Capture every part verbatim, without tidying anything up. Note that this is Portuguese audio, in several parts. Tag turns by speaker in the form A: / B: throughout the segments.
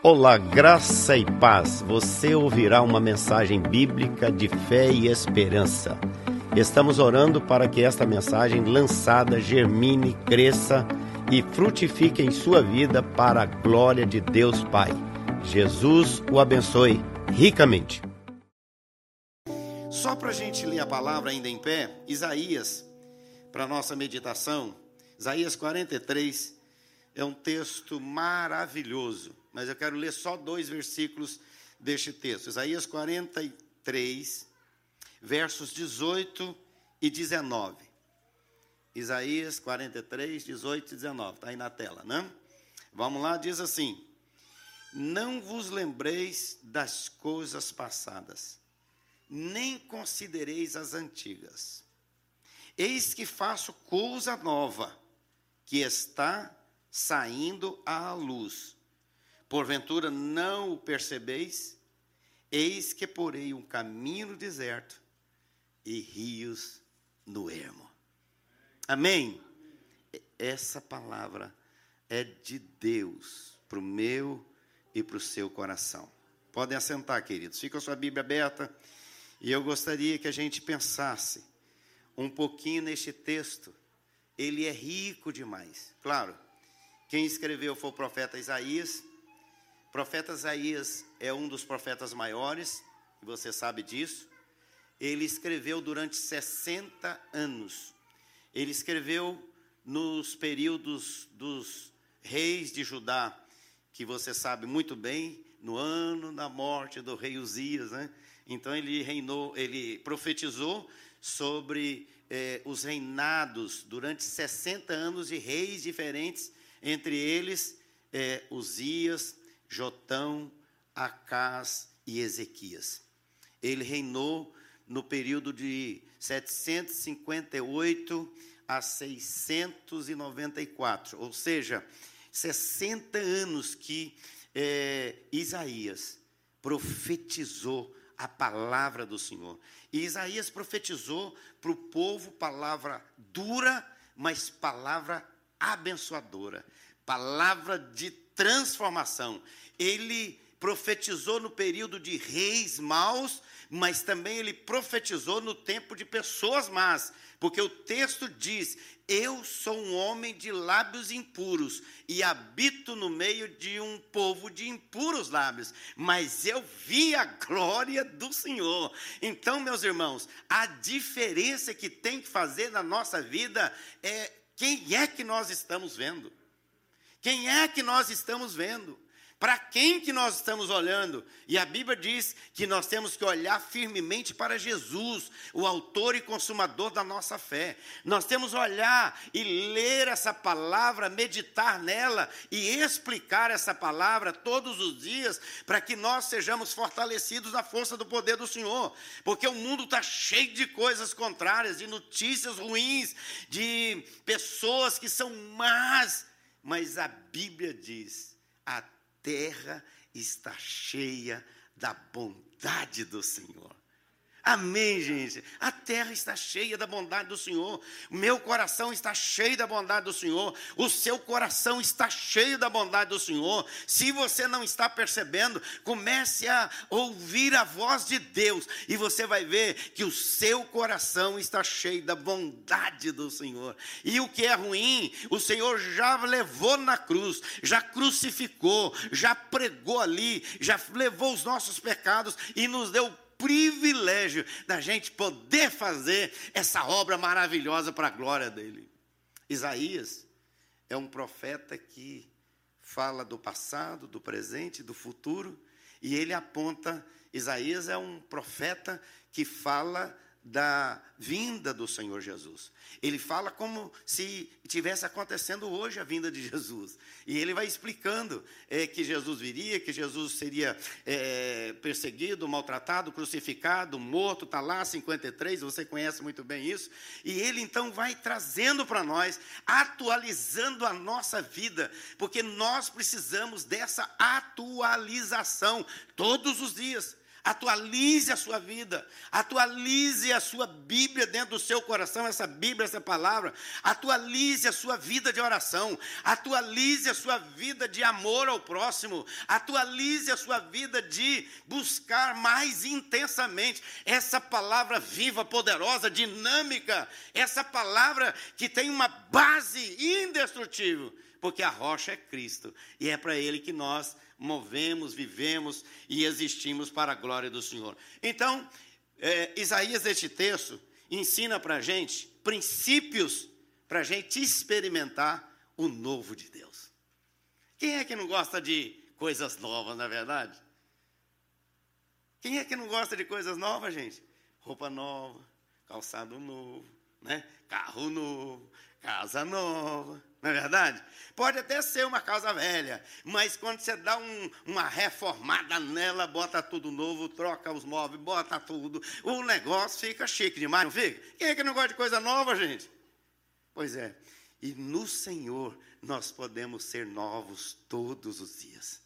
A: Olá, graça e paz. Você ouvirá uma mensagem bíblica de fé e esperança. Estamos orando para que esta mensagem lançada germine, cresça e frutifique em sua vida para a glória de Deus Pai. Jesus o abençoe ricamente.
B: Só para a gente ler a palavra ainda em pé, Isaías, para a nossa meditação, Isaías quarenta e três é um texto maravilhoso, mas eu quero ler só dois versículos deste texto. Isaías quarenta e três, versos dezoito e dezenove. Isaías quarenta e três, dezoito e dezenove, está aí na tela, né? Vamos lá, diz assim: não vos lembreis das coisas passadas, nem considereis as antigas. Eis que faço coisa nova, que está saindo à luz. Porventura não o percebeis? Eis que porei um caminho no deserto e rios no ermo. Amém? Essa palavra é de Deus para o meu e para o seu coração. Podem assentar, queridos. Fica a sua Bíblia aberta. E eu gostaria que a gente pensasse um pouquinho neste texto. Ele é rico demais. Claro, quem escreveu foi o profeta Isaías. O profeta Isaías é um dos profetas maiores, e você sabe disso. Ele escreveu durante sessenta anos. Ele escreveu nos períodos dos reis de Judá, que você sabe muito bem, no ano da morte do rei Uzias, né? Então ele reinou, ele profetizou sobre eh, os reinados durante sessenta anos de reis diferentes, entre eles eh, Uzias, Jotão, Acás e Ezequias. Ele reinou no período de setecentos e cinquenta e oito a seiscentos e noventa e quatro, ou seja, sessenta anos que eh, Isaías profetizou a palavra do Senhor. E Isaías profetizou para o povo palavra dura, mas palavra abençoadora, palavra de transformação. Ele profetizou no período de reis maus, mas também ele profetizou no tempo de pessoas más, porque o texto diz: eu sou um homem de lábios impuros e habito no meio de um povo de impuros lábios, mas eu vi a glória do Senhor. Então, meus irmãos, a diferença que tem que fazer na nossa vida é quem é que nós estamos vendo. Quem é que nós estamos vendo? Para quem que nós estamos olhando? E a Bíblia diz que nós temos que olhar firmemente para Jesus, o autor e consumador da nossa fé. Nós temos que olhar e ler essa palavra, meditar nela e explicar essa palavra todos os dias, para que nós sejamos fortalecidos na força do poder do Senhor. Porque o mundo está cheio de coisas contrárias, de notícias ruins, de pessoas que são más. Mas a Bíblia diz: a terra está cheia da bondade do Senhor. Amém, gente? A terra está cheia da bondade do Senhor. O meu coração está cheio da bondade do Senhor. O seu coração está cheio da bondade do Senhor. Se você não está percebendo, comece a ouvir a voz de Deus e você vai ver que o seu coração está cheio da bondade do Senhor. E o que é ruim, o Senhor já levou na cruz, já crucificou, já pregou ali, já levou os nossos pecados e nos deu privilégio da gente poder fazer essa obra maravilhosa para a glória dele. Isaías é um profeta que fala do passado, do presente, do futuro, e ele aponta, Isaías é um profeta que fala da vinda do Senhor Jesus. Ele fala como se estivesse acontecendo hoje a vinda de Jesus. E ele vai explicando é, que Jesus viria, que Jesus seria é, perseguido, maltratado, crucificado, morto, está lá, cinquenta e três, você conhece muito bem isso. E ele então vai trazendo para nós, atualizando a nossa vida, porque nós precisamos dessa atualização todos os dias. Atualize a sua vida, atualize a sua Bíblia dentro do seu coração, essa Bíblia, essa palavra. Atualize a sua vida de oração, atualize a sua vida de amor ao próximo, atualize a sua vida de buscar mais intensamente essa palavra viva, poderosa, dinâmica, essa palavra que tem uma base indestrutível, porque a rocha é Cristo, e é para Ele que nós movemos, vivemos e existimos para a glória do Senhor. Então, é, Isaías, este texto, ensina para a gente princípios para a gente experimentar o novo de Deus. Quem é que não gosta de coisas novas, não é verdade? Quem é que não gosta de coisas novas, gente? Roupa nova, calçado novo, né? Carro novo, casa nova, não é verdade? Pode até ser uma casa velha, mas quando você dá um, uma reformada nela, bota tudo novo, troca os móveis, bota tudo, o negócio fica chique demais, não fica? Quem é que não gosta de coisa nova, gente? Pois é, e no Senhor nós podemos ser novos todos os dias.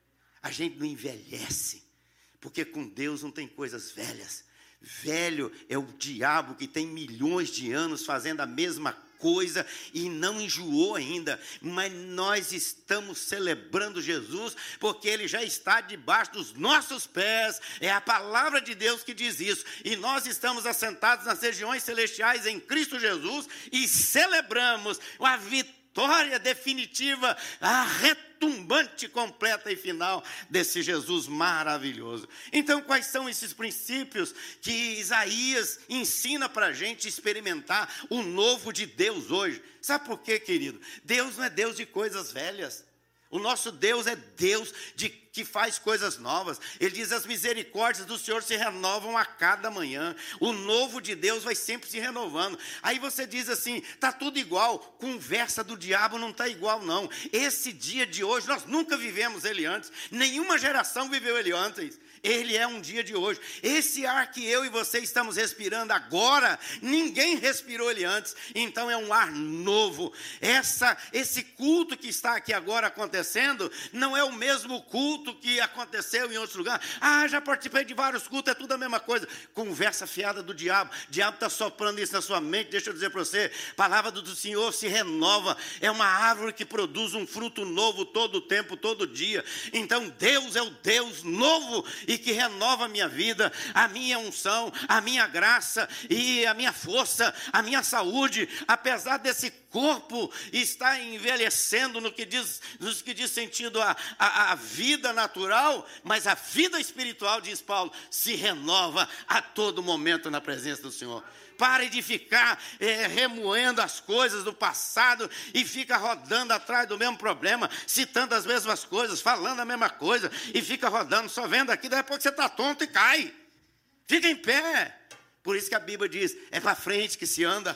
B: A gente não envelhece, porque com Deus não tem coisas velhas. Velho é o diabo que tem milhões de anos fazendo a mesma coisa e não enjoou ainda, mas nós estamos celebrando Jesus, porque Ele já está debaixo dos nossos pés. É a palavra de Deus que diz isso, e nós estamos assentados nas regiões celestiais em Cristo Jesus, e celebramos a vitória definitiva, a retumbante, completa e final desse Jesus maravilhoso. Então, quais são esses princípios que Isaías ensina para a gente experimentar o novo de Deus hoje? Sabe por quê, querido? Deus não é Deus de coisas velhas. O nosso Deus é Deus de, que faz coisas novas. Ele diz: as misericórdias do Senhor se renovam a cada manhã. O novo de Deus vai sempre se renovando. Aí você diz assim: está tudo igual. Conversa do diabo, não está igual não. Esse dia de hoje, nós nunca vivemos ele antes. Nenhuma geração viveu ele antes. Ele é um dia de hoje. Esse ar que eu e você estamos respirando agora, ninguém respirou ele antes. Então é um ar novo. Essa, esse culto que está aqui agora acontecendo, não é o mesmo culto que aconteceu em outros lugares. Ah, já participei de vários cultos, é tudo a mesma coisa. Conversa fiada do diabo. O diabo está soprando isso na sua mente. Deixa eu dizer para você, a palavra do Senhor se renova. É uma árvore que produz um fruto novo todo o tempo, todo dia. Então Deus é o Deus novo e que renova a minha vida, a minha unção, a minha graça e a minha força, a minha saúde. Apesar desse corpo estar envelhecendo no que diz, no que diz sentido a, a, a vida natural, mas a vida espiritual, diz Paulo, se renova a todo momento na presença do Senhor. Pare de ficar é, remoendo as coisas do passado e fica rodando atrás do mesmo problema, citando as mesmas coisas, falando a mesma coisa, e fica rodando, só vendo aqui, daí a pouco você está tonto e cai. Fica em pé. Por isso que a Bíblia diz: é para frente que se anda,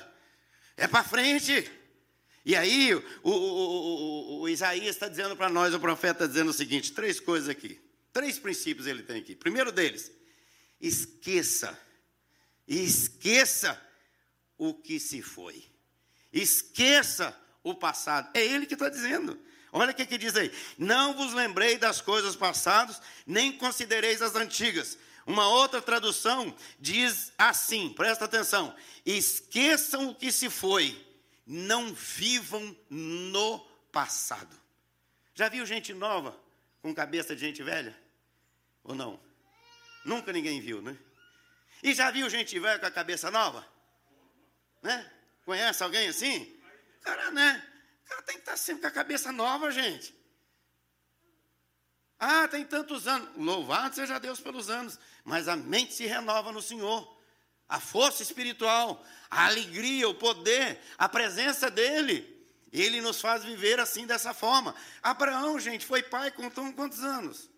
B: é para frente. E aí o, o, o, o Isaías está dizendo para nós, o profeta está dizendo o seguinte: três coisas aqui, três princípios ele tem aqui. Primeiro deles, esqueça. E esqueça o que se foi. Esqueça o passado. É ele que está dizendo. Olha o que, que diz aí: não vos lembrei das coisas passadas, nem considereis as antigas. Uma outra tradução diz assim, presta atenção: esqueçam o que se foi, não vivam no passado. Já viu gente nova com cabeça de gente velha? Ou não? Nunca ninguém viu, né? E já viu gente velha com a cabeça nova? Né? Conhece alguém assim? Cara, né? O cara tem que estar sempre com a cabeça nova, gente. Ah, tem tantos anos. Louvado seja Deus pelos anos. Mas a mente se renova no Senhor. A força espiritual, a alegria, o poder, a presença dEle. Ele nos faz viver assim, dessa forma. Abraão, gente, foi pai com quantos anos?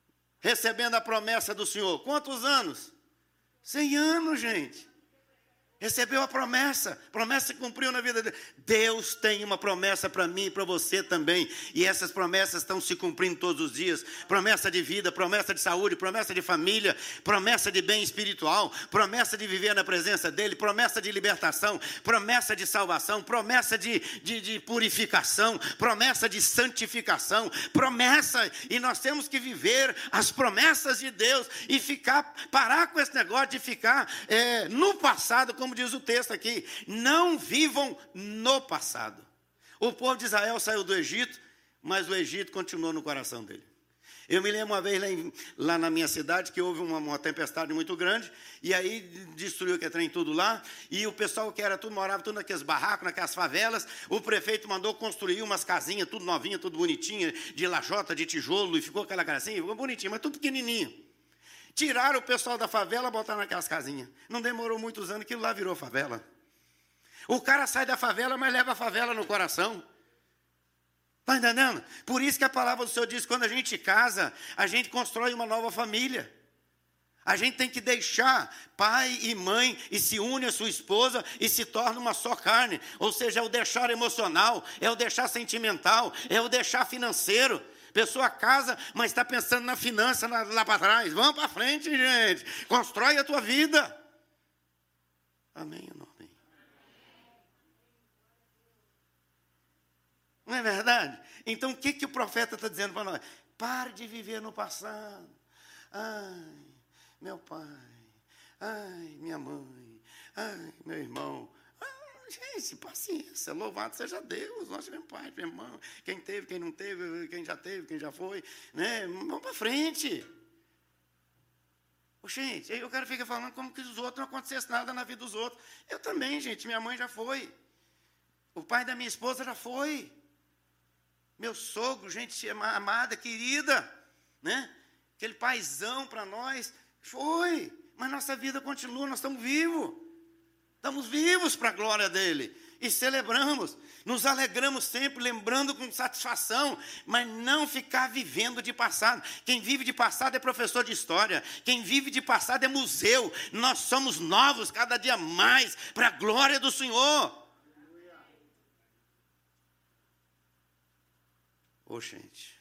B: Recebendo a promessa do Senhor. Quantos anos? Cem anos, gente. Recebeu a promessa, promessa se cumpriu na vida dele. Deus tem uma promessa para mim e para você também. E essas promessas estão se cumprindo todos os dias. Promessa de vida, promessa de saúde, promessa de família, promessa de bem espiritual, promessa de viver na presença dele, promessa de libertação, promessa de salvação, promessa de, de, de purificação, promessa de santificação, promessa. E nós temos que viver as promessas de Deus e ficar, parar com esse negócio de ficar é, no passado, como Como diz o texto aqui, não vivam no passado. O povo de Israel saiu do Egito, mas o Egito continuou no coração dele. Eu me lembro uma vez lá, em, lá na minha cidade, que houve uma, uma tempestade muito grande, e aí destruiu aquele trem tudo lá, e o pessoal que era tudo, morava tudo naqueles barracos, naquelas favelas, o prefeito mandou construir umas casinhas, tudo novinha, tudo bonitinha, de lajota, de tijolo, e ficou aquela gracinha, ficou bonitinho, mas tudo pequenininho. Tiraram o pessoal da favela e botaram naquelas casinhas. Não demorou muitos anos, aquilo lá virou favela. O cara sai da favela, mas leva a favela no coração. Está entendendo? Por isso que a palavra do Senhor diz, quando a gente casa, a gente constrói uma nova família. A gente tem que deixar pai e mãe e se une a sua esposa e se torna uma só carne. Ou seja, é o deixar emocional, é o deixar sentimental, é o deixar financeiro. Pessoa casa, mas está pensando na finança lá, lá para trás. Vamos para frente, gente. Constrói a tua vida. Amém ou não amém? Não é verdade? Então, o que, que o profeta está dizendo para nós? Pare de viver no passado. Ai, meu pai. Ai, minha mãe. Ai, meu irmão. Gente, paciência, louvado seja Deus, nós tivemos pai, irmão, quem teve, quem não teve, quem já teve, quem já foi, né? Vamos para frente. Gente, aí o cara fica falando como que os outros não acontecesse nada na vida dos outros. Eu também, gente, minha mãe já foi, o pai da minha esposa já foi, meu sogro, gente amada, querida, né? Aquele paizão para nós, foi, mas nossa vida continua, nós estamos vivos. Estamos vivos para a glória dele e celebramos, nos alegramos sempre, lembrando com satisfação, mas não ficar vivendo de passado. Quem vive de passado é professor de história, quem vive de passado é museu. Nós somos novos cada dia mais para a glória do Senhor. Ô, gente,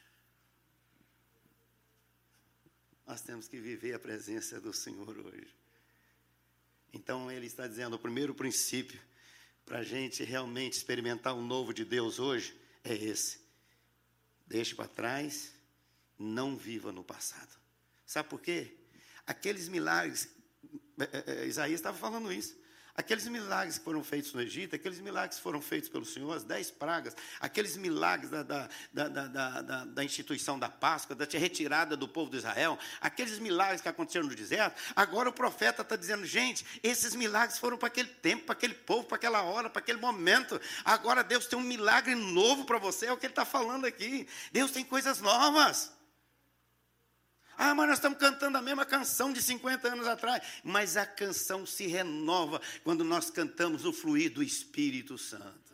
B: nós temos que viver a presença do Senhor hoje. Então, ele está dizendo, o primeiro princípio para a gente realmente experimentar o novo de Deus hoje é esse. Deixe para trás, não viva no passado. Sabe por quê? Aqueles milagres, é, é, Isaías estava falando isso. Aqueles milagres que foram feitos no Egito, aqueles milagres que foram feitos pelo Senhor, as dez pragas, aqueles milagres da, da, da, da, da, da instituição da Páscoa, da retirada do povo de Israel, aqueles milagres que aconteceram no deserto, agora o profeta está dizendo, gente, esses milagres foram para aquele tempo, para aquele povo, para aquela hora, para aquele momento. Agora Deus tem um milagre novo para você, é o que ele está falando aqui. Deus tem coisas novas. Ah, mas nós estamos cantando a mesma canção de cinquenta anos atrás. Mas a canção se renova quando nós cantamos o fluir do Espírito Santo.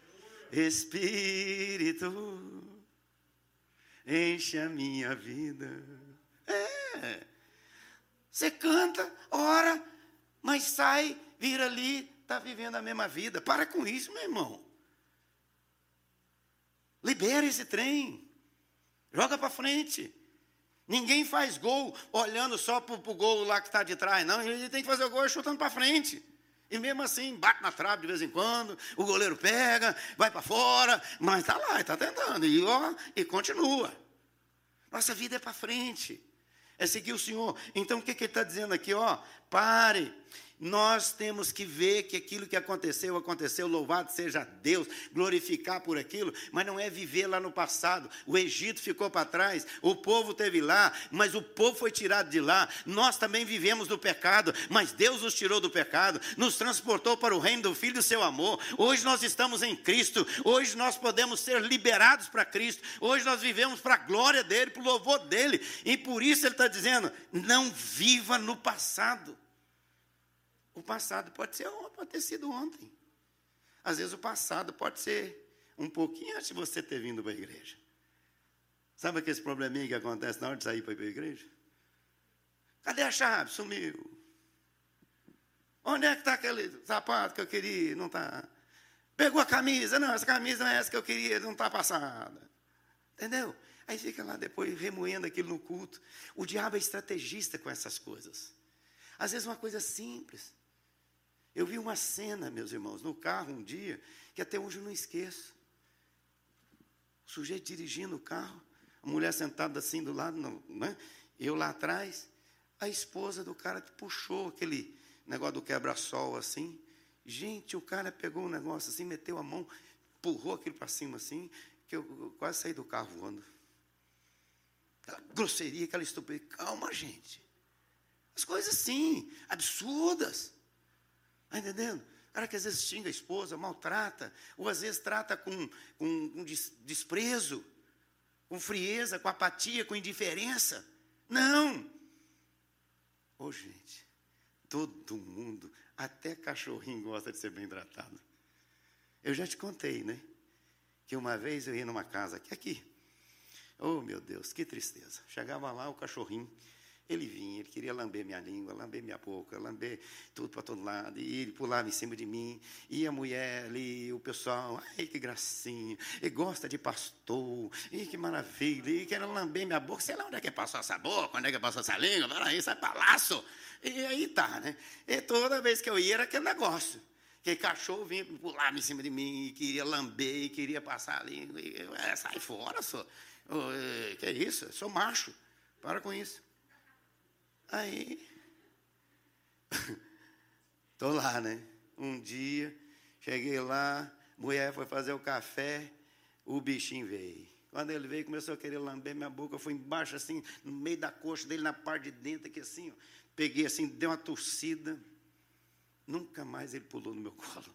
B: Espírito, enche a minha vida. É. Você canta, ora, mas sai, vira ali, está vivendo a mesma vida. Para com isso, meu irmão. Libera esse trem. Joga para frente. Ninguém faz gol olhando só para o gol lá que está de trás, não. Ele tem que fazer o gol chutando para frente. E mesmo assim, bate na trave de vez em quando, o goleiro pega, vai para fora, mas está lá, está tentando, e, ó, e continua. Nossa vida é para frente, é seguir o Senhor. Então, o que, que ele está dizendo aqui? Ó, pare. Nós temos que ver que aquilo que aconteceu, aconteceu, louvado seja Deus, glorificar por aquilo, mas não é viver lá no passado. O Egito ficou para trás, o povo esteve lá, mas o povo foi tirado de lá. Nós também vivemos do pecado, mas Deus nos tirou do pecado, nos transportou para o reino do Filho do seu amor. Hoje nós estamos em Cristo, hoje nós podemos ser liberados para Cristo, hoje nós vivemos para a glória dele, para o louvor dele, e por isso ele está dizendo, não viva no passado. O passado pode ser, pode ter sido ontem. Às vezes o passado pode ser um pouquinho antes de você ter vindo para a igreja. Sabe aquele probleminha que acontece na hora de sair para ir para a igreja? Cadê a chave? Sumiu. Onde é que está aquele sapato que eu queria? Não está. Pegou a camisa? Não, essa camisa não é essa que eu queria, não está passada. Entendeu? Aí fica lá depois remoendo aquilo no culto. O diabo é estrategista com essas coisas. Às vezes uma coisa simples. Eu vi uma cena, meus irmãos, no carro um dia, que até hoje eu não esqueço. O sujeito dirigindo o carro, a mulher sentada assim do lado, não, né? Eu lá atrás, a esposa do cara que puxou aquele negócio do quebra-sol assim. Gente, o cara pegou um negócio assim, meteu a mão, empurrou aquilo para cima assim, que eu, eu quase saí do carro voando. Aquela grosseria, aquela estupidez. Calma, gente. As coisas assim, absurdas. Está entendendo? O cara que às vezes xinga a esposa, maltrata, ou às vezes trata com, com, com desprezo, com frieza, com apatia, com indiferença. Não! Ô, gente, todo mundo, até cachorrinho gosta de ser bem tratado. Eu já te contei, né? Que uma vez eu ia numa casa aqui, aqui. Oh, meu Deus, que tristeza. Chegava lá, o cachorrinho, ele vinha, ele queria lamber minha língua, lamber minha boca, lamber tudo para todo lado, e ele pulava em cima de mim, e a mulher ali, o pessoal, ai, que gracinha, e gosta de pastor, e que maravilha, e quer lamber minha boca, sei lá onde é que passou essa boca, onde é que passou essa língua, para aí, sai palaço, e aí tá, né? E toda vez que eu ia era aquele negócio, que cachorro vinha, pulava em cima de mim, e queria lamber, e queria passar a língua, e eu, é, sai fora, só. Oh, é, que é isso? Eu sou macho, para com isso. Aí, estou lá, né? Um dia, cheguei lá, mulher foi fazer o café, o bichinho veio. Quando ele veio, começou a querer lamber minha boca, eu fui embaixo, assim, no meio da coxa dele, na parte de dentro, aqui assim, ó, peguei assim, dei uma torcida, nunca mais ele pulou no meu colo.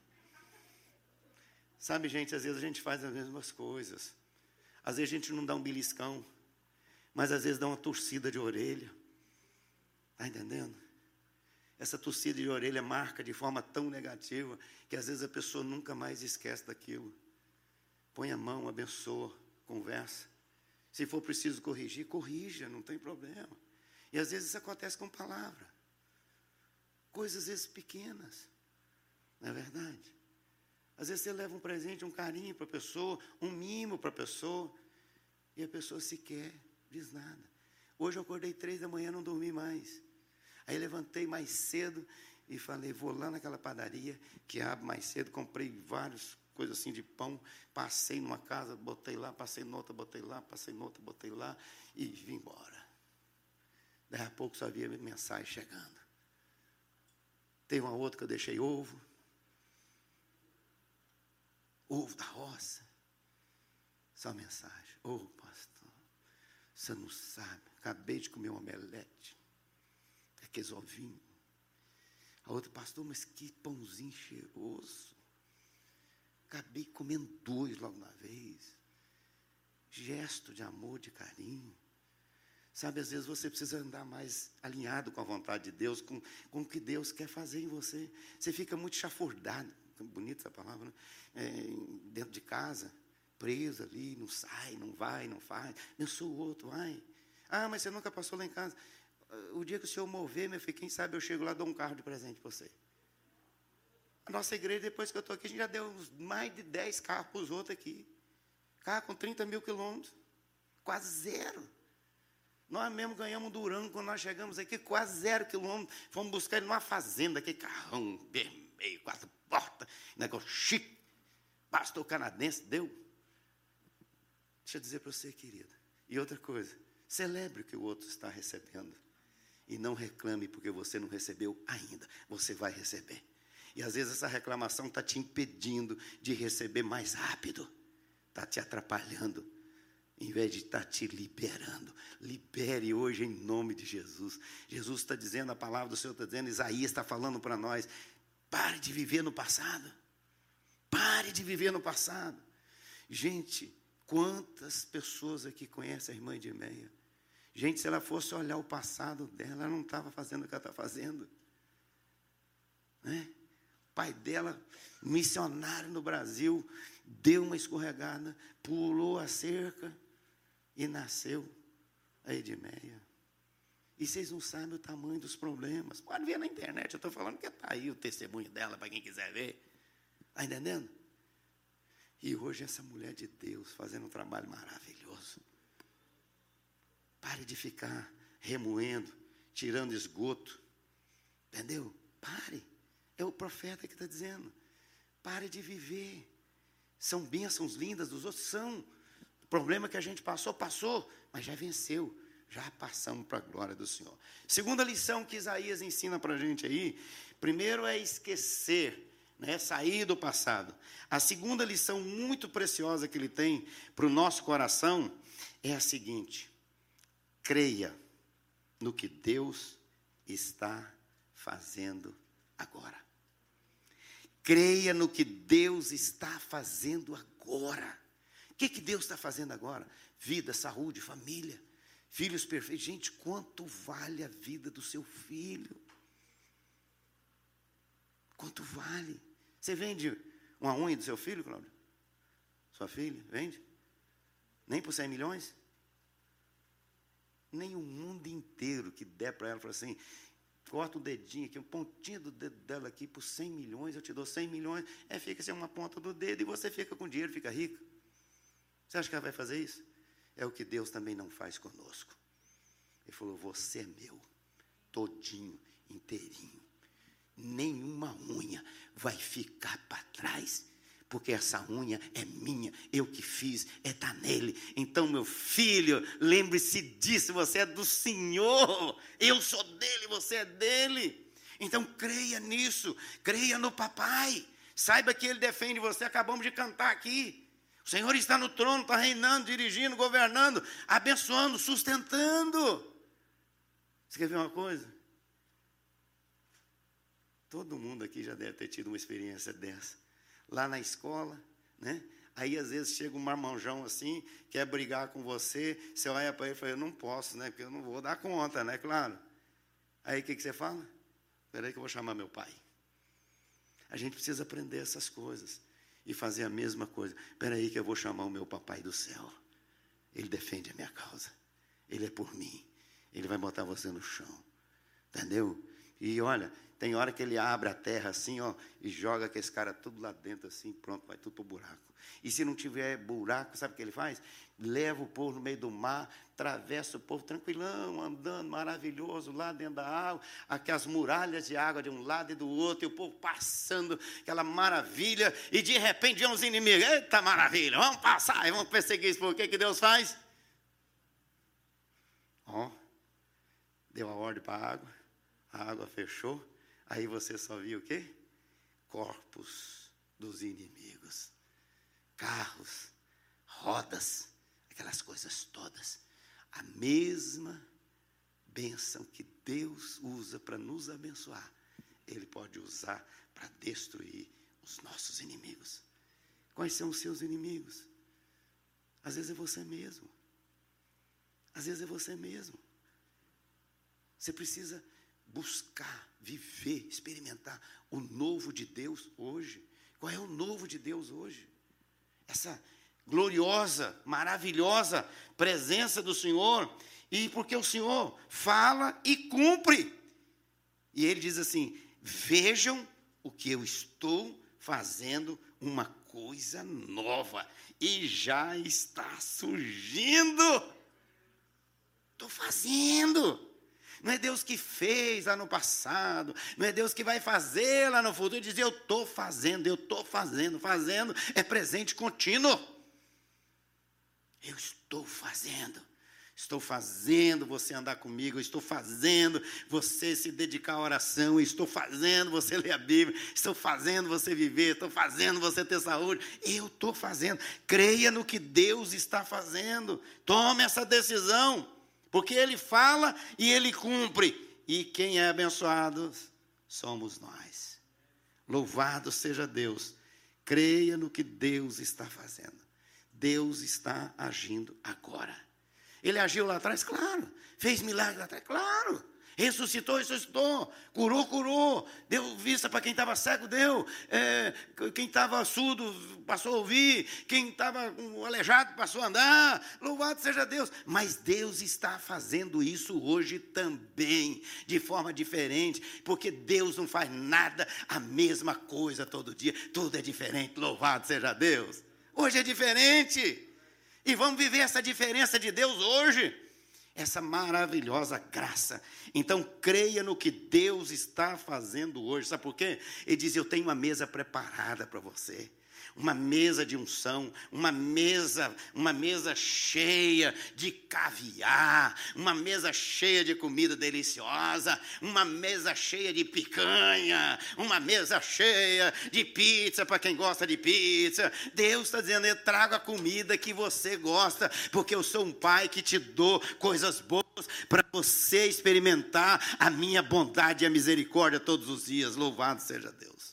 B: Sabe, gente, às vezes a gente faz as mesmas coisas. Às vezes a gente não dá um beliscão, mas às vezes dá uma torcida de orelha. Está entendendo? Essa torcida de orelha marca de forma tão negativa que às vezes a pessoa nunca mais esquece daquilo. Põe a mão, abençoa, conversa. Se for preciso corrigir, corrija, não tem problema. E às vezes isso acontece com palavra. Coisas às vezes pequenas. Não é verdade? Às vezes você leva um presente, um carinho para a pessoa, um mimo para a pessoa, e a pessoa sequer diz nada. Hoje eu acordei três da manhã, não dormi mais. Aí levantei mais cedo e falei, vou lá naquela padaria que abre mais cedo, comprei várias coisas assim de pão, passei numa casa, botei lá, passei noutra, botei lá, passei noutra, botei lá e vim embora. Daí a pouco só havia mensagem chegando. Tem uma outra que eu deixei ovo, ovo da roça, só mensagem, ô oh, pastor, você não sabe, acabei de comer um omelete, aqueles ovinhos. A outra, pastor, mas que pãozinho cheiroso. Acabei comendo dois logo uma vez. Gesto de amor, de carinho. Sabe, às vezes você precisa andar mais alinhado com a vontade de Deus, com, com o que Deus quer fazer em você. Você fica muito chafurdado, bonita essa palavra, né? É, dentro de casa, preso ali, não sai, não vai, não faz. Eu sou o outro, vai. Ah, mas você nunca passou lá em casa. O dia que o senhor mover, meu filho, quem sabe eu chego lá e dou um carro de presente para você. A nossa igreja, depois que eu estou aqui, a gente já deu mais de dez carros para os outros aqui. Carro com trinta mil quilômetros. Quase zero. Nós mesmo ganhamos um Durango quando nós chegamos aqui, quase zero quilômetros. Fomos buscar ele numa fazenda, aquele carrão vermelho, quatro portas, negócio chique. Pastor canadense, deu. Deixa eu dizer para você, querida. E outra coisa, celebre o que o outro está recebendo. E não reclame porque você não recebeu ainda. Você vai receber. E às vezes essa reclamação está te impedindo de receber mais rápido. Está te atrapalhando. Em vez de estar te liberando. Libere hoje em nome de Jesus. Jesus está dizendo, a palavra do Senhor está dizendo, Isaías está falando para nós. Pare de viver no passado. Pare de viver no passado. Gente, quantas pessoas aqui conhecem a irmã Edmeia? Gente, se ela fosse olhar o passado dela, ela não estava fazendo o que ela está fazendo. Né? O pai dela, missionário no Brasil, deu uma escorregada, pulou a cerca e nasceu a Edmeia. E vocês não sabem o tamanho dos problemas. Pode ver na internet, eu estou falando que está aí o testemunho dela, para quem quiser ver. Está entendendo? E hoje essa mulher de Deus fazendo um trabalho maravilhoso. Pare de ficar remoendo, tirando esgoto. Entendeu? Pare. É o profeta que está dizendo. Pare de viver. São bênçãos lindas dos outros, são. O problema que a gente passou, passou, mas já venceu. Já passamos para a glória do Senhor. Segunda lição que Isaías ensina para a gente aí, primeiro é esquecer, né, sair do passado. A segunda lição muito preciosa que ele tem para o nosso coração é a seguinte: creia no que Deus está fazendo agora. Creia no que Deus está fazendo agora. O que, que Deus está fazendo agora? Vida, saúde, família, filhos perfeitos. Gente, quanto vale a vida do seu filho? Quanto vale? Você vende uma unha do seu filho, Cláudio? Sua filha, vende? Nem por cem milhões? Nem o mundo inteiro que der para ela, fala assim, corta o dedinho aqui, um pontinho do dedo dela aqui, por cem milhões, eu te dou cem milhões, é, fica sem uma ponta do dedo e você fica com dinheiro, fica rico. Você acha que ela vai fazer isso? É o que Deus também não faz conosco. Ele falou, você é meu, todinho, inteirinho. Nenhuma unha vai ficar para trás, porque essa unha é minha, eu que fiz, é da nele. Então, meu filho, lembre-se disso, você é do Senhor, eu sou dele, você é dele. Então, creia nisso, creia no papai, saiba que ele defende você, acabamos de cantar aqui. O Senhor está no trono, está reinando, dirigindo, governando, abençoando, sustentando. Você quer ver uma coisa? Todo mundo aqui já deve ter tido uma experiência dessa. Lá na escola, né? Aí às vezes chega um marmanjão assim, quer brigar com você, você olha para ele e fala, eu não posso, né? Porque eu não vou dar conta, né? Claro. Aí o que, que você fala? Espera aí que eu vou chamar meu pai. A gente precisa aprender essas coisas e fazer a mesma coisa. Espera aí que eu vou chamar o meu papai do céu. Ele defende a minha causa. Ele é por mim. Ele vai botar você no chão. Entendeu? E olha, tem hora que ele abre a terra assim, ó, e joga aqueles caras tudo lá dentro assim, pronto, vai tudo para o buraco. E se não tiver buraco, sabe o que ele faz? Leva o povo no meio do mar, atravessa o povo tranquilão, andando, maravilhoso, lá dentro da água, aquelas muralhas de água de um lado e do outro, e o povo passando, aquela maravilha, e de repente vem os inimigos, eita maravilha, vamos passar, vamos perseguir isso, por que que Deus faz? Ó, deu a ordem para a água, a água fechou, aí você só viu o quê? Corpos dos inimigos, carros, rodas, aquelas coisas todas. A mesma bênção que Deus usa para nos abençoar, Ele pode usar para destruir os nossos inimigos. Quais são os seus inimigos? Às vezes é você mesmo. Às vezes é você mesmo. Você precisa buscar, viver, experimentar o novo de Deus hoje. Qual é o novo de Deus hoje? Essa gloriosa, maravilhosa presença do Senhor. E porque o Senhor fala e cumpre. E Ele diz assim, vejam o que eu estou fazendo, uma coisa nova. E já está surgindo. Estou fazendo. Não é Deus que fez lá no passado, não é Deus que vai fazer lá no futuro. Ele diz, eu estou fazendo, eu estou fazendo, fazendo, é presente contínuo. Eu estou fazendo, estou fazendo você andar comigo, eu estou fazendo você se dedicar à oração, eu estou fazendo você ler a Bíblia, estou fazendo você viver, estou fazendo você ter saúde, eu estou fazendo. Creia no que Deus está fazendo, tome essa decisão. Porque Ele fala e Ele cumpre. E quem é abençoado somos nós. Louvado seja Deus. Creia no que Deus está fazendo. Deus está agindo agora. Ele agiu lá atrás? Claro. Fez milagre lá atrás? Claro. Ressuscitou, ressuscitou. Curou, curou. Deu vista para quem estava cego, deu. É, quem estava surdo passou a ouvir. Quem estava aleijado passou a andar. Louvado seja Deus. Mas Deus está fazendo isso hoje também, de forma diferente, porque Deus não faz nada a mesma coisa todo dia. Tudo é diferente. Louvado seja Deus. Hoje é diferente. E vamos viver essa diferença de Deus hoje. Essa maravilhosa graça. Então, creia no que Deus está fazendo hoje. Sabe por quê? Ele diz, eu tenho uma mesa preparada para você. Uma mesa de unção, uma mesa, uma mesa cheia de caviar, uma mesa cheia de comida deliciosa, uma mesa cheia de picanha, uma mesa cheia de pizza para quem gosta de pizza. Deus está dizendo, eu trago a comida que você gosta, porque eu sou um pai que te dou coisas boas para você experimentar a minha bondade e a misericórdia todos os dias. Louvado seja Deus.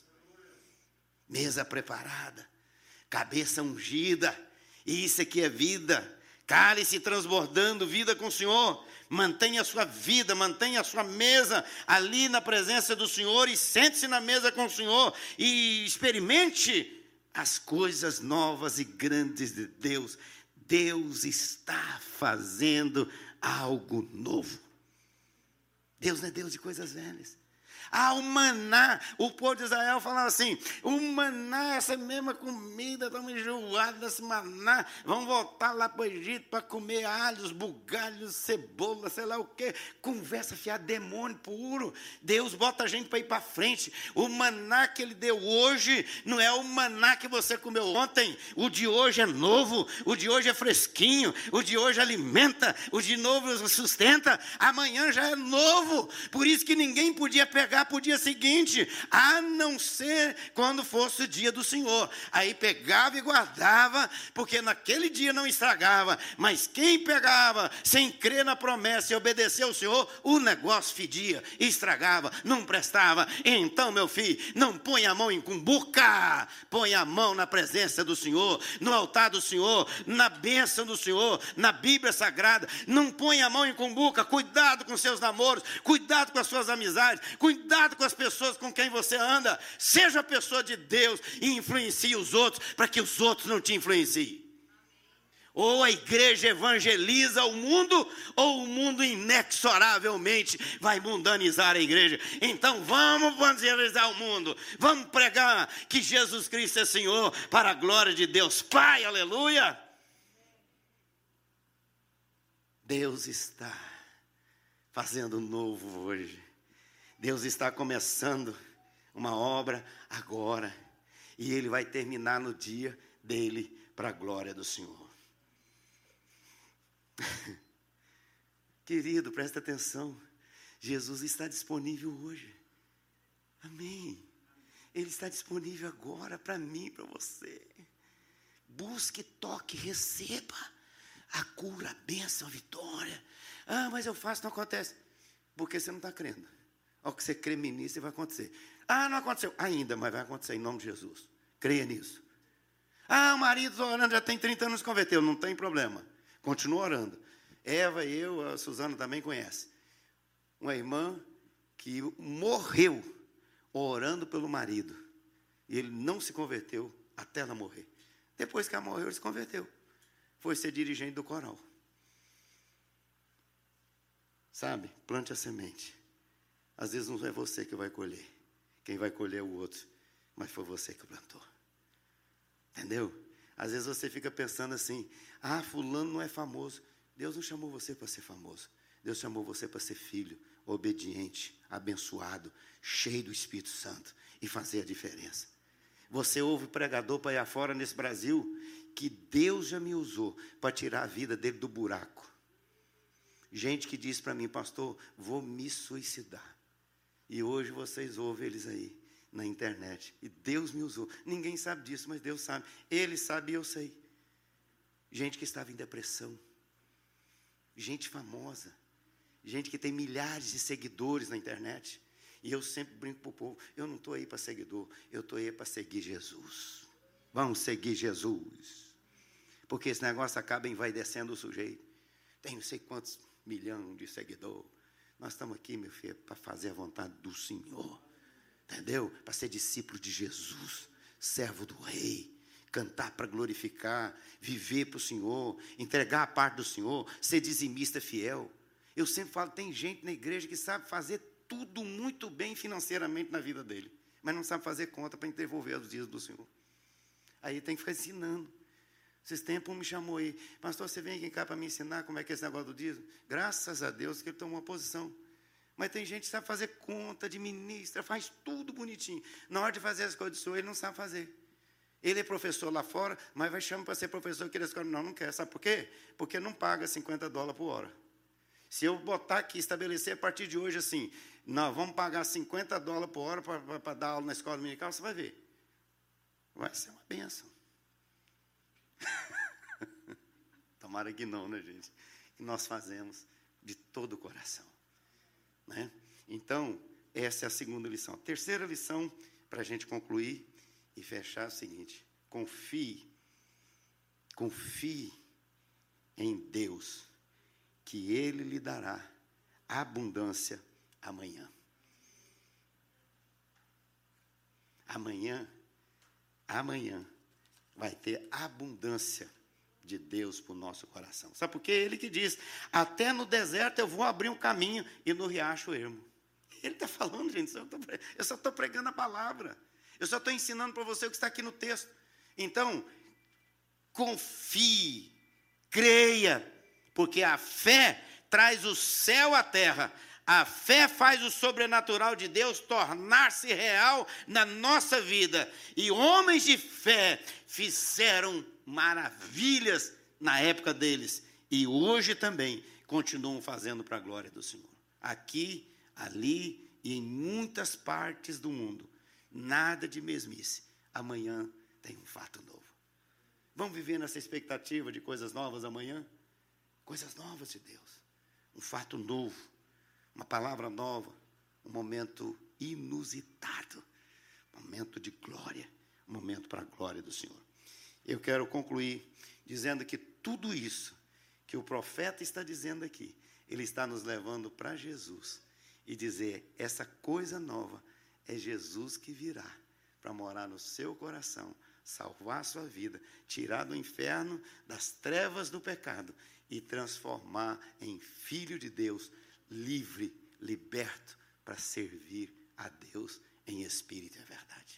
B: Mesa preparada. Cabeça ungida, isso aqui é vida, cálice transbordando, vida com o Senhor. Mantenha a sua vida, mantenha a sua mesa ali na presença do Senhor e sente-se na mesa com o Senhor e experimente as coisas novas e grandes de Deus. Deus está fazendo algo novo. Deus não é Deus de coisas velhas. Ah, o maná, o povo de Israel falava assim, o maná, essa mesma comida, estamos enjoados desse maná, vamos voltar lá para o Egito para comer alhos, bugalhos, cebola, sei lá o quê, conversa fiada, demônio puro. Deus bota a gente para ir para frente. O maná que ele deu hoje não é o maná que você comeu ontem, o de hoje é novo, o de hoje é fresquinho, o de hoje alimenta, o de novo sustenta, amanhã já é novo, por isso que ninguém podia pegar para o dia seguinte, a não ser quando fosse o dia do Senhor. Aí pegava e guardava, porque naquele dia não estragava, mas quem pegava sem crer na promessa e obedecer ao Senhor, o negócio fedia, estragava, não prestava. Então, meu filho, não põe a mão em cumbuca, põe a mão na presença do Senhor, no altar do Senhor, na bênção do Senhor, na Bíblia Sagrada. Não põe a mão em cumbuca. Cuidado com seus namoros, cuidado com as suas amizades, cuidado Cuidado com as pessoas com quem você anda. Seja a pessoa de Deus e influencie os outros, para que os outros não te influenciem. Ou a igreja evangeliza o mundo, ou o mundo inexoravelmente vai mundanizar a igreja. Então vamos evangelizar o mundo. Vamos pregar que Jesus Cristo é Senhor, para a glória de Deus Pai, aleluia. Deus está fazendo novo hoje. Deus está começando uma obra agora, e Ele vai terminar no dia dele, para a glória do Senhor. Querido, presta atenção, Jesus está disponível hoje, amém, Ele está disponível agora, para mim, para você. Busque, toque, receba a cura, a bênção, a vitória. Ah, mas eu faço, não acontece, porque você não está crendo. Ao que você crê nisso, vai acontecer. Ah, não aconteceu ainda, mas vai acontecer em nome de Jesus. Creia nisso. Ah, o marido orando já tem trinta anos, se converteu. Não tem problema. Continua orando. Eva e eu, a Suzana também conhece. Uma irmã que morreu orando pelo marido. E ele não se converteu até ela morrer. Depois que ela morreu, ele se converteu. Foi ser dirigente do coral. Sabe? Plante a semente. Às vezes não é você que vai colher. Quem vai colher é o outro. Mas foi você que plantou. Entendeu? Às vezes você fica pensando assim, ah, fulano não é famoso. Deus não chamou você para ser famoso. Deus chamou você para ser filho, obediente, abençoado, cheio do Espírito Santo e fazer a diferença. Você ouve pregador para ir afora nesse Brasil, que Deus já me usou para tirar a vida dele do buraco. Gente que diz para mim, pastor, vou me suicidar. E hoje vocês ouvem eles aí na internet. E Deus me usou. Ninguém sabe disso, mas Deus sabe. Ele sabe e eu sei. Gente que estava em depressão. Gente famosa. Gente que tem milhares de seguidores na internet. E eu sempre brinco para o povo, eu não estou aí para seguidor, eu estou aí para seguir Jesus. Vamos seguir Jesus. Porque esse negócio acaba envaidecendo o sujeito. Tem não sei quantos milhões de seguidores. Nós estamos aqui, meu filho, para fazer a vontade do Senhor. Entendeu? Para ser discípulo de Jesus, servo do Rei, cantar para glorificar, viver para o Senhor, entregar a parte do Senhor, ser dizimista fiel. Eu sempre falo, tem gente na igreja que sabe fazer tudo muito bem financeiramente na vida dele, mas não sabe fazer conta para devolver os dias do Senhor. Aí tem que ficar ensinando. Esses tempos um me chamou aí, pastor, você vem aqui cá para me ensinar como é que é esse negócio do dízimo? Graças a Deus que ele tomou uma posição. Mas tem gente que sabe fazer conta, administra, faz tudo bonitinho. Na hora de fazer as coisas do Senhor, ele não sabe fazer. Ele é professor lá fora, mas vai chamar para ser professor aqui da escola. Não, não quer. Sabe por quê? Porque não paga cinquenta dólares por hora. Se eu botar aqui, estabelecer a partir de hoje assim, nós vamos pagar cinquenta dólares por hora para dar aula na escola dominical, você vai ver. Vai ser uma bênção. Tomara que não, né, gente? Que nós fazemos de todo o coração. Né? Então, essa é a segunda lição. A terceira lição, para a gente concluir e fechar, é o seguinte: confie, confie em Deus, que Ele lhe dará abundância amanhã. Amanhã, amanhã, vai ter abundância de Deus para o nosso coração. Sabe por quê? Ele que diz, até no deserto eu vou abrir um caminho e no riacho ermo. Ele está falando, gente, eu só estou pregando a palavra. Eu só estou ensinando para você o que está aqui no texto. Então, confie, creia, porque a fé traz o céu à terra. A fé faz o sobrenatural de Deus tornar-se real na nossa vida. E homens de fé fizeram maravilhas na época deles. E hoje também continuam fazendo para a glória do Senhor. Aqui, ali e em muitas partes do mundo. Nada de mesmice. Amanhã tem um fato novo. Vamos viver nessa expectativa de coisas novas amanhã? Coisas novas de Deus. Um fato novo. Uma palavra nova, um momento inusitado, um momento de glória, um momento para a glória do Senhor. Eu quero concluir dizendo que tudo isso que o profeta está dizendo aqui, ele está nos levando para Jesus e dizer, essa coisa nova é Jesus que virá para morar no seu coração, salvar a sua vida, tirar do inferno, das trevas do pecado e transformar em filho de Deus, livre, liberto, para servir a Deus em espírito e em verdade.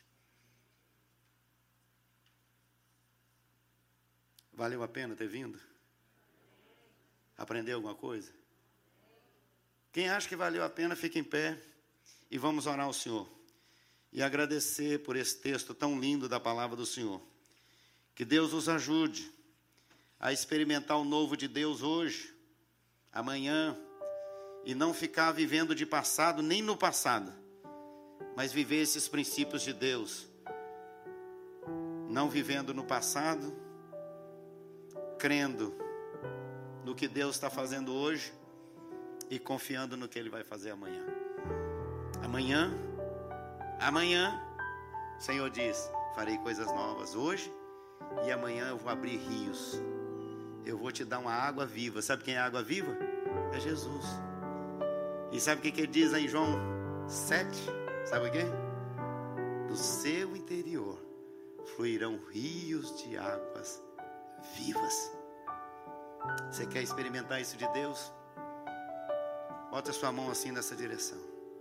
B: Valeu a pena ter vindo? Aprendeu alguma coisa? Quem acha que valeu a pena, fica em pé e vamos orar ao Senhor. E agradecer por esse texto tão lindo da palavra do Senhor. Que Deus nos ajude a experimentar o novo de Deus hoje, amanhã, e não ficar vivendo de passado, nem no passado, mas viver esses princípios de Deus. Não vivendo no passado, crendo no que Deus está fazendo hoje e confiando no que Ele vai fazer amanhã. Amanhã, amanhã, o Senhor diz, farei coisas novas hoje e amanhã eu vou abrir rios. Eu vou te dar uma água viva. Sabe quem é a água viva? É Jesus. E sabe o que ele diz aí em João sete? Sabe o quê? Do seu interior fluirão rios de águas vivas. Você quer experimentar isso de Deus? Bota a sua mão assim nessa direção.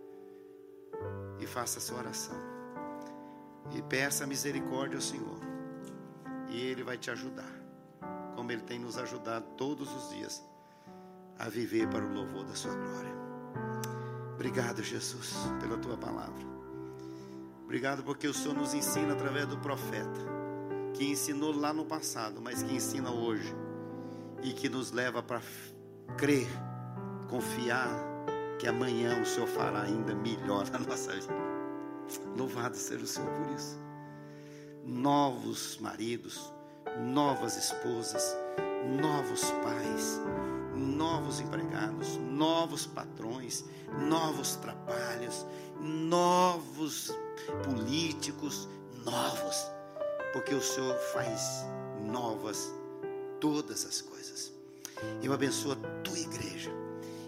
B: E faça a sua oração. E peça misericórdia ao Senhor. E Ele vai te ajudar. Como Ele tem nos ajudado todos os dias a viver para o louvor da sua glória. Obrigado, Jesus, pela tua palavra. Obrigado porque o Senhor nos ensina através do profeta, que ensinou lá no passado, mas que ensina hoje e que nos leva para crer, confiar que amanhã o Senhor fará ainda melhor na nossa vida. Louvado seja o Senhor por isso. Novos maridos, novas esposas, novos pais, novos empregados, novos patrões, novos trabalhos, novos políticos, novos, porque o Senhor faz novas todas as coisas. Eu abençoo a tua igreja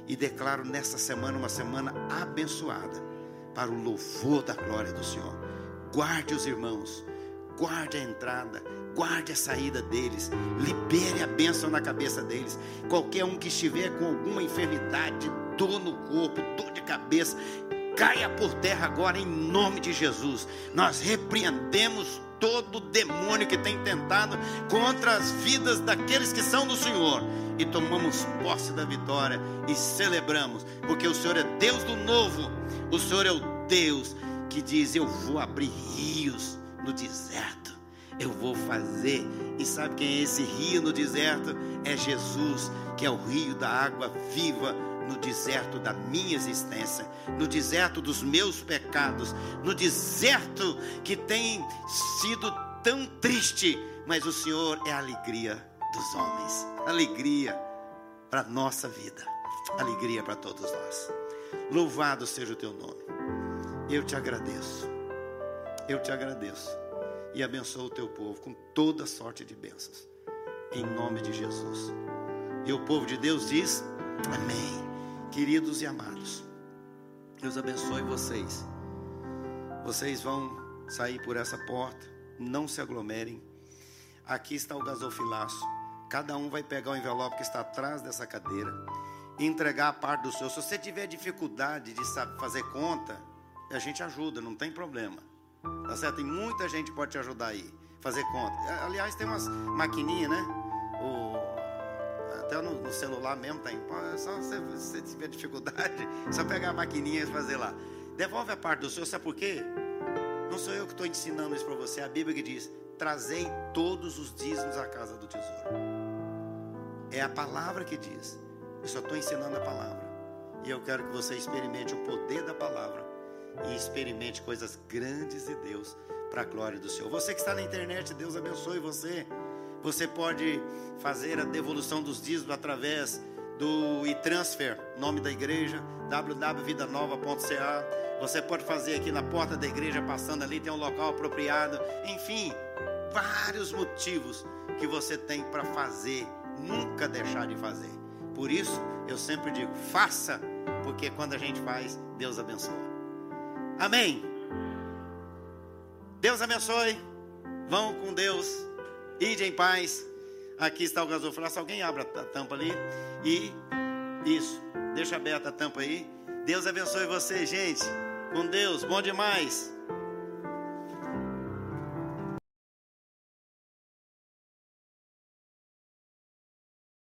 B: E declaro nessa semana uma semana abençoada para o louvor da glória do Senhor. Guarde os irmãos, guarde a entrada, guarde a saída deles, libere a bênção na cabeça deles. Qualquer um que estiver com alguma enfermidade, dor no corpo, dor de cabeça, caia por terra agora em nome de Jesus. Nós repreendemos todo demônio que tem tentado contra as vidas daqueles que são do Senhor, e tomamos posse da vitória e celebramos, porque o Senhor é Deus do novo. O Senhor é o Deus que diz: eu vou abrir rios no deserto, eu vou fazer. E sabe quem é esse rio no deserto? É Jesus, que é o rio da água viva no deserto da minha existência, no deserto dos meus pecados, no deserto que tem sido tão triste, mas o Senhor é a alegria dos homens, alegria para a nossa vida, alegria para todos nós. Louvado seja o teu nome. Eu te agradeço, eu te agradeço e abençoo o teu povo com toda sorte de bênçãos, em nome de Jesus. E o povo de Deus diz amém. Queridos e amados, Deus abençoe vocês. Vocês vão sair por essa porta, não se aglomerem. Aqui está o gasofilaço. Cada um vai pegar o envelope que está atrás dessa cadeira e entregar a parte do seu. Se você tiver dificuldade de saber fazer conta, a gente ajuda, não tem problema. Tá certo? Tem muita gente que pode te ajudar aí, fazer conta. Aliás, tem umas maquininhas, né? O... Até no, no celular mesmo tem. Só se você tiver dificuldade, só pegar a maquininha e fazer lá. Devolve a parte do seu, sabe por quê? Não sou eu que estou ensinando isso para você. É a Bíblia que diz: trazei todos os dízimos à casa do tesouro. É a palavra que diz. Eu só estou ensinando a palavra. E eu quero que você experimente o poder da palavra e experimente coisas grandes de Deus para a glória do Senhor. Você que está na internet, Deus abençoe você. Você pode fazer a devolução dos dízimos através do e-transfer, nome da igreja, w w w ponto vida nova ponto c a. Você pode fazer aqui na porta da igreja, passando ali, tem um local apropriado. Enfim, vários motivos que você tem para fazer, nunca deixar de fazer. Por isso, eu sempre digo, faça, porque quando a gente faz, Deus abençoa. Amém? Deus abençoe. Vão com Deus. Ide em paz. Aqui está o gasofilaço. Alguém abre a tampa ali. E isso, deixa aberta a tampa aí. Deus abençoe você, gente. Com Deus, bom demais.